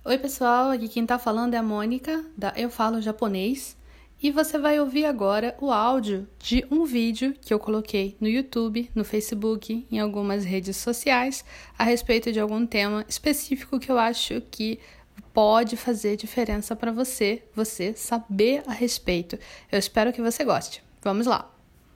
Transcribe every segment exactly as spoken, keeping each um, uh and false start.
Oi pessoal, aqui quem tá falando é a Mônica, da Eu Falo Japonês, e você vai ouvir agora o áudio de um vídeo que eu coloquei no YouTube, no Facebook, em algumas redes sociais, a respeito de algum tema específico que eu acho que pode fazer diferença para você, você saber a respeito. Eu espero que você goste. Vamos lá!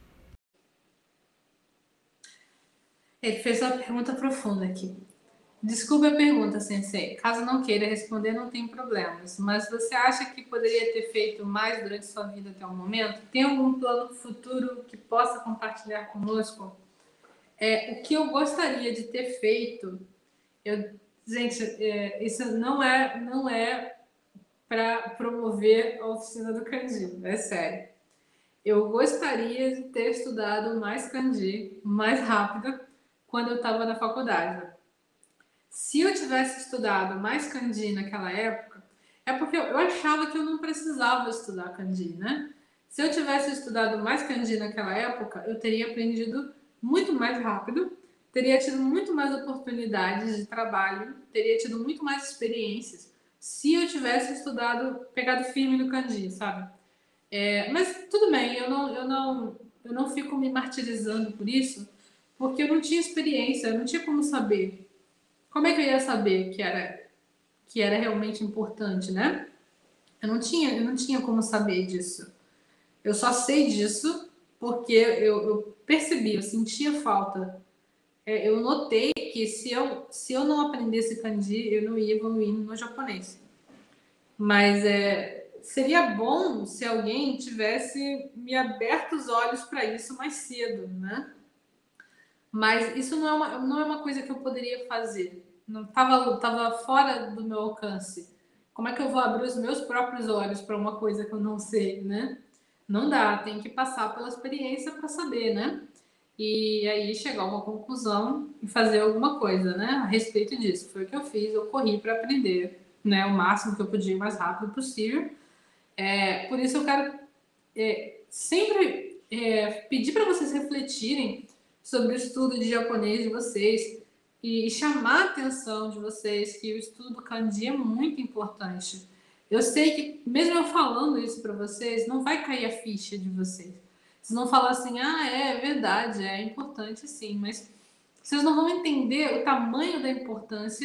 Ele fez uma pergunta profunda aqui. Desculpe a pergunta, Sensei. Caso não queira responder, não tem problemas. Mas você acha que poderia ter feito mais durante sua vida até o momento? Tem algum plano futuro que possa compartilhar conosco? É, o que eu gostaria de ter feito, eu, gente, é, isso não é, não é para promover a oficina do Kanji, é sério. Eu gostaria de ter estudado mais Kanji, mais rápido, quando eu estava na faculdade. Se eu tivesse estudado mais Kanji naquela época, é porque eu achava que eu não precisava estudar Kanji, né? Se eu tivesse estudado mais Kanji naquela época, eu teria aprendido muito mais rápido, teria tido muito mais oportunidades de trabalho, teria tido muito mais experiências se eu tivesse estudado, pegado firme no Kanji, sabe? É, mas tudo bem, eu não, eu, não, eu não fico me martirizando por isso, porque eu não tinha experiência, eu não tinha como saber. Como é que eu ia saber que era, que era realmente importante, né? Eu não tinha, eu não tinha como saber disso. Eu só sei disso porque eu, eu percebi, eu sentia falta. É, eu notei que se eu, se eu não aprendesse kanji, eu não ia evoluir no japonês. Mas é, seria bom se alguém tivesse me aberto os olhos para isso mais cedo, né? Mas isso não é uma, não é uma coisa que eu poderia fazer. Não estava tava fora do meu alcance. Como é que eu vou abrir os meus próprios olhos para uma coisa que eu não sei, né? Não dá, tem que passar pela experiência para saber, né? E aí chegar a uma conclusão e fazer alguma coisa, né? A respeito disso. Foi o que eu fiz, eu corri para aprender, né? O máximo que eu podia, o mais rápido possível. É, por isso eu quero é, sempre é, pedir para vocês refletirem sobre o estudo de japonês de vocês e chamar a atenção de vocês que o estudo do kanji é muito importante. Eu sei que, mesmo eu falando isso para vocês, não vai cair a ficha de vocês. Vocês vão falar assim, ah, é, é verdade, é importante sim, mas vocês não vão entender o tamanho da importância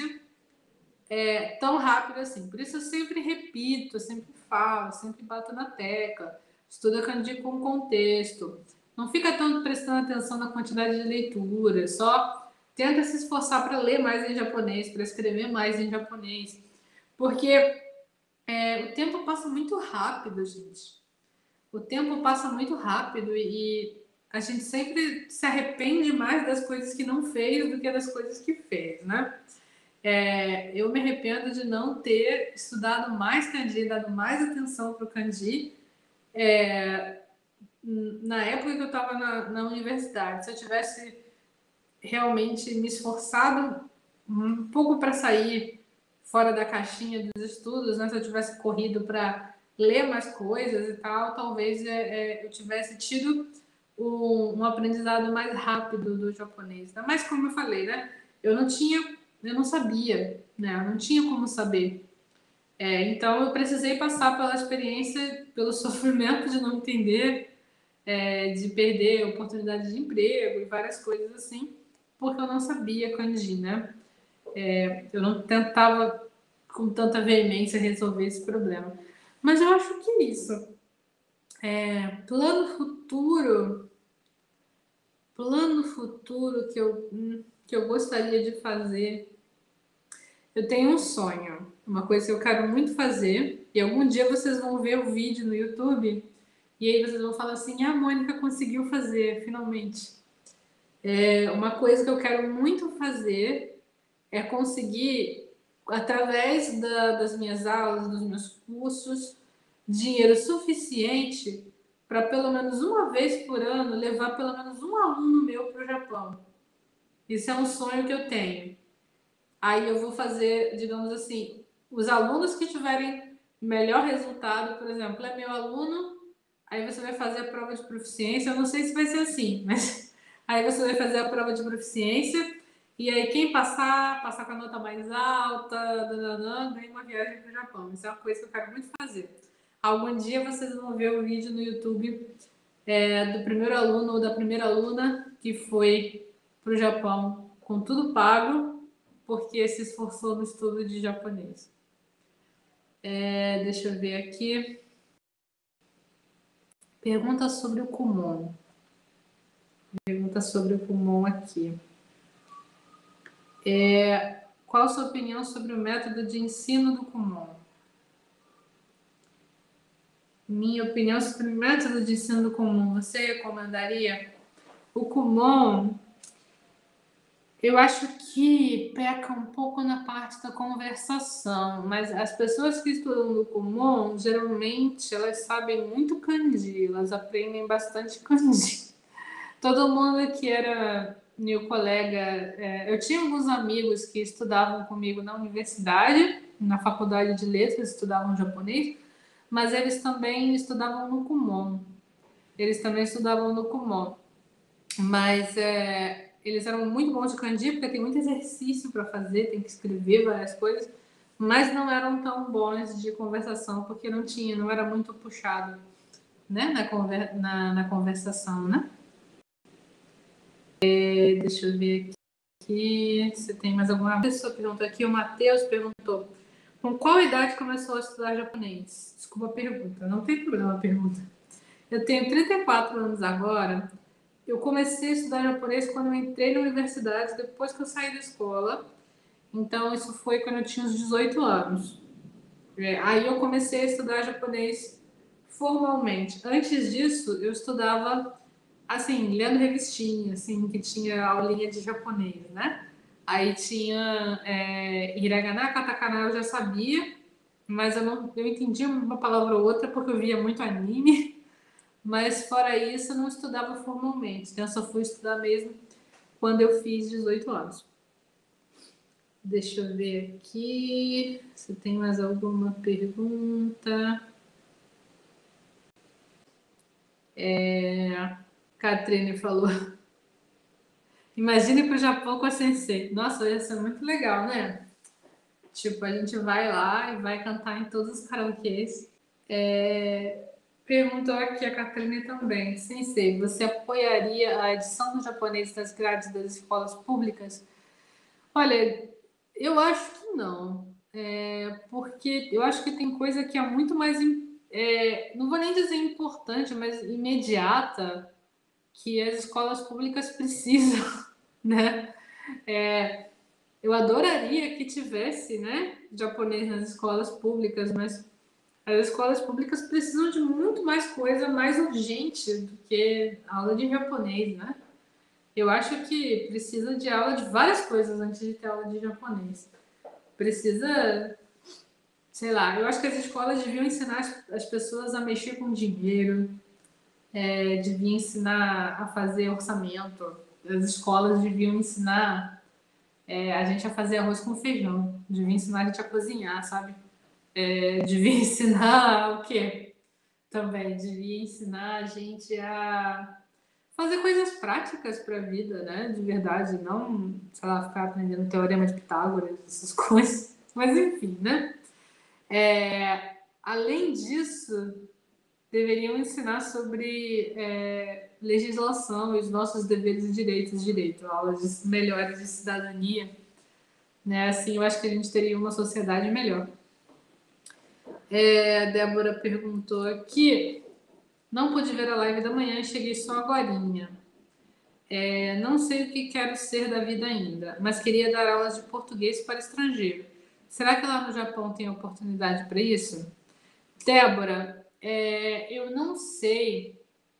é, tão rápido assim. Por isso eu sempre repito, eu sempre falo, eu sempre bato na tecla. Estuda kanji com contexto. Não fica tanto prestando atenção na quantidade de leitura, só tenta se esforçar para ler mais em japonês, para escrever mais em japonês. Porque é, o tempo passa muito rápido, gente. O tempo passa muito rápido e a gente sempre se arrepende mais das coisas que não fez do que das coisas que fez, né? É, eu me arrependo de não ter estudado mais kanji, dado mais atenção para o kanji é, na época que eu estava na, na universidade. Se eu tivesse realmente me esforçado um pouco para sair fora da caixinha dos estudos, né? Se eu tivesse corrido para ler mais coisas e tal, talvez é, é, eu tivesse tido um, um aprendizado mais rápido do japonês. Mas como eu falei, né? Eu não tinha, eu não sabia, né? Eu não tinha como saber. É, então eu precisei passar pela experiência, pelo sofrimento de não entender, é, de perder oportunidade de emprego e várias coisas assim, porque eu não sabia kanji, né? É, eu não tentava com tanta veemência resolver esse problema. Mas eu acho que é isso. É, plano futuro, plano futuro que eu, que eu gostaria de fazer. Eu tenho um sonho, uma coisa que eu quero muito fazer, e algum dia vocês vão ver o vídeo no YouTube, e aí vocês vão falar assim, ah, a Mônica conseguiu fazer, finalmente. É, uma coisa que eu quero muito fazer é conseguir, através da, das minhas aulas, dos meus cursos, dinheiro suficiente para pelo menos uma vez por ano levar pelo menos um aluno meu para o Japão. Isso é um sonho que eu tenho. Aí eu vou fazer, digamos assim, os alunos que tiverem melhor resultado, por exemplo, é meu aluno, aí você vai fazer a prova de proficiência. Eu não sei se vai ser assim, mas aí você vai fazer a prova de proficiência E aí, quem passar, passar com a nota mais alta, dananã, ganha uma viagem para o Japão. Isso é uma coisa que eu quero muito fazer. Algum dia vocês vão ver o vídeo no YouTube é, do primeiro aluno ou da primeira aluna que foi para o Japão com tudo pago, porque se esforçou no estudo de japonês. É, deixa eu ver aqui. Pergunta sobre o Kumon. Pergunta sobre o Kumon aqui. É, qual a sua opinião sobre o método de ensino do Kumon? Minha opinião sobre o método de ensino do Kumon, você recomendaria? O Kumon, eu acho que peca um pouco na parte da conversação, mas as pessoas que estudam no Kumon, geralmente, elas sabem muito kanji, elas aprendem bastante kanji. Todo mundo que era meu colega, é, eu tinha alguns amigos que estudavam comigo na universidade, na faculdade de letras, estudavam japonês, mas eles também estudavam no Kumon. Eles também estudavam no Kumon. Mas é, eles eram muito bons de kanji, porque tem muito exercício para fazer, tem que escrever várias coisas, mas não eram tão bons de conversação, porque não tinha, não era muito puxado, né, na, conver, na, na conversação, né? É, deixa eu ver aqui se tem mais alguma pessoa perguntou aqui. O Matheus perguntou: com qual idade começou a estudar japonês? Desculpa a pergunta, não tem problema a pergunta. Eu tenho trinta e quatro anos agora. Eu comecei a estudar japonês quando eu entrei na universidade, depois que eu saí da escola. Então, isso foi quando eu tinha uns dezoito anos. É, aí eu comecei a estudar japonês formalmente. Antes disso, eu estudava, assim, lendo revistinha, assim, que tinha aulinha de japonês, né? Aí tinha é, hiragana, katakana eu já sabia, mas eu não eu entendia uma palavra ou outra porque eu via muito anime. Mas fora isso, eu não estudava formalmente. Então, eu só fui estudar mesmo quando eu fiz dezoito anos. Deixa eu ver aqui se tem mais alguma pergunta. É, Catrine falou: imagine para o Japão com a Sensei. Nossa, ia ser muito legal, né? Tipo, a gente vai lá e vai cantar em todos os karaokês. É, perguntou aqui a Catrine também: Sensei, você apoiaria a edição do japonês das grades das escolas públicas? Olha, eu acho que não. É, porque eu acho que tem coisa que é muito mais, é, não vou nem dizer importante, mas imediata, que as escolas públicas precisam, né? É, eu adoraria que tivesse, né, japonês nas escolas públicas, mas as escolas públicas precisam de muito mais coisa mais urgente do que aula de japonês, né? Eu acho que precisa de aula de várias coisas antes de ter aula de japonês. Precisa, sei lá, eu acho que as escolas deviam ensinar as, as pessoas a mexer com dinheiro, é, deviam ensinar a fazer orçamento, as escolas deviam ensinar é, a gente a fazer arroz com feijão, deviam ensinar a gente a cozinhar, sabe? É, devia ensinar o quê? Também devia ensinar a gente a fazer coisas práticas para a vida, né? De verdade, não, sei lá, ficar aprendendo teorema de Pitágoras, essas coisas. Mas enfim, né? É, além disso, deveriam ensinar sobre é, legislação e os nossos deveres e direitos, direito, aulas de, melhores de cidadania, né? Assim, eu acho que a gente teria uma sociedade melhor. É, Débora perguntou aqui: não pude ver a live da manhã e cheguei só agorinha. É, não sei o que quero ser da vida ainda, mas queria dar aulas de português para estrangeiro. Será que lá no Japão tem oportunidade para isso? Débora, é, eu não sei.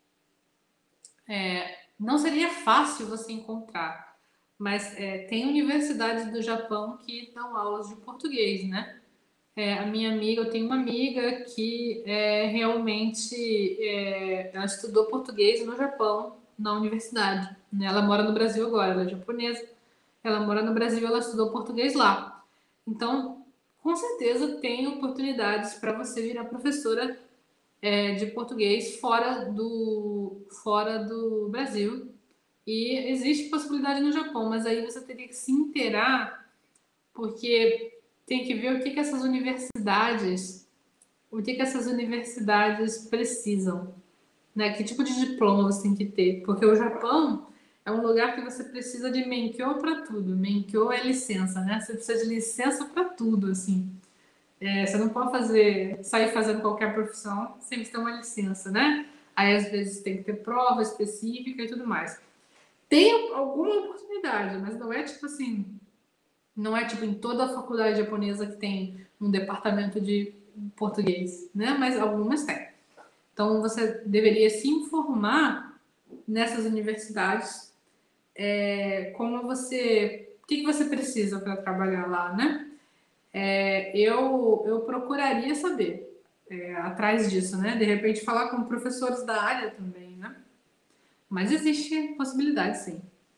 É, não seria fácil você encontrar, mas é, tem universidades do Japão que dão aulas de português, né? É, a minha amiga, eu tenho uma amiga que é, realmente é, ela estudou português no Japão, na universidade. Né? Ela mora no Brasil agora, ela é japonesa. Ela mora no Brasil, ela estudou português lá. Então, com certeza tem oportunidades para você virar professora é, de português fora do, fora do Brasil. E existe possibilidade no Japão, mas aí você teria que se inteirar, porque tem que ver o que, que essas universidades, o que, que essas universidades precisam, né? Que tipo de diploma você tem que ter? Porque o Japão é um lugar que você precisa de Menkyo para tudo. Menkyo é licença, né? Você precisa de licença para tudo, assim. É, você não pode fazer, sair fazendo qualquer profissão sem ter uma licença, né? Aí às vezes tem que ter prova específica e tudo mais. Tem alguma oportunidade, mas não é tipo assim, não é tipo em toda a faculdade japonesa que tem um departamento de português, né? Mas algumas tem. Então você deveria se informar nessas universidades, é, como você, o que, que você precisa para trabalhar lá, né? É, eu, eu procuraria saber, é, atrás disso, né? De repente falar com professores da área também, né? Mas existe possibilidade, sim.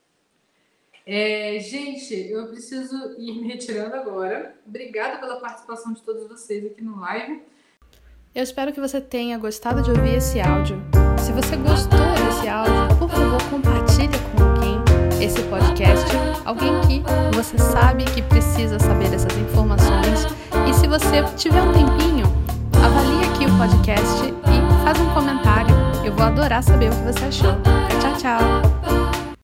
É, gente, eu preciso ir me retirando agora. Obrigada pela participação de todos vocês aqui no live. Eu espero que você tenha gostado de ouvir esse áudio. Se você gostou desse áudio, por favor, compartilhe com alguém esse podcast, alguém que você sabe que precisa saber dessas informações. E se você tiver um tempinho, avalie aqui o podcast e faz um comentário. Eu vou adorar saber o que você achou. Tchau, tchau!